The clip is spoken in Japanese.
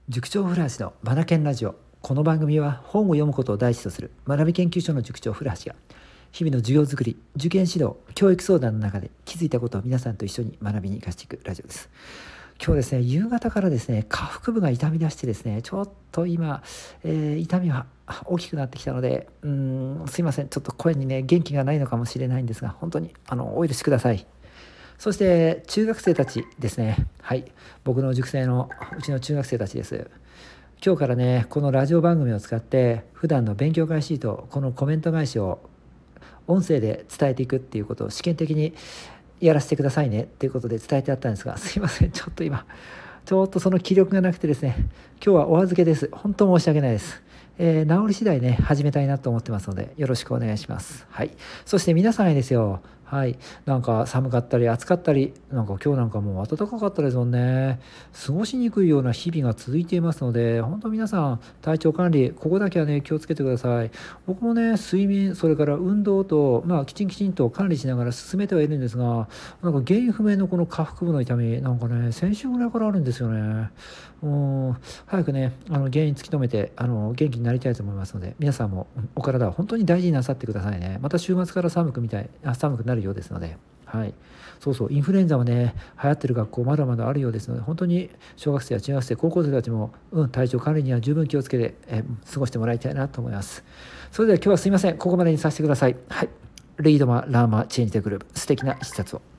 塾長古橋のバナ研ラジオ。この番組は本を読むことを第一とする学び研究所の塾長古橋が日々の授業づくり、受験指導、教育相談の中で気づいたことを皆さんと一緒に学びに生かしていくラジオです。今日ですね、夕方からですね、下腹部が痛み出してですね、ちょっと今、痛みは大きくなってきたので、すいません、ちょっと声にね元気がないのかもしれないんですが、本当にお許しください。そして中学生たちですね。はい、僕の塾生のうちの中学生たちです。今日からね、このラジオ番組を使って普段の勉強開始とこのコメント返しを音声で伝えていくっていうことを試験的にやらせてくださいねっていうことで伝えてあったんですが、すいません、ちょっと今ちょっとその気力がなくてですね、今日はお預けです。本当申し訳ないです。治り次第ね始めたいなと思ってますので、よろしくお願いします。はい。そして皆さんへですよ。はい。なんか寒かったり暑かったり、なんか今日なんかもう暖かかったですもんね。過ごしにくいような日々が続いていますので、本当皆さん体調管理、ここだけはね気をつけてください。僕もね、睡眠、それから運動ときちんと管理しながら進めてはいるんですが、なんか原因不明のこの下腹部の痛み、なんかね先週ぐらいからあるんですよね。早くね原因突き止めて元気になりたいと思いますので、皆さんもお体は本当に大事になさってくださいね。また週末から寒くなるようですので、はい、そうそう、インフルエンザもね流行ってる学校まだまだあるようですので、本当に小学生や中学生、高校生たちも、体調管理には十分気をつけて、過ごしてもらいたいなと思います。それでは今日はすいません、ここまでにさせてください。はい。リードマラーマチェンジでグループ、素敵な一冊を。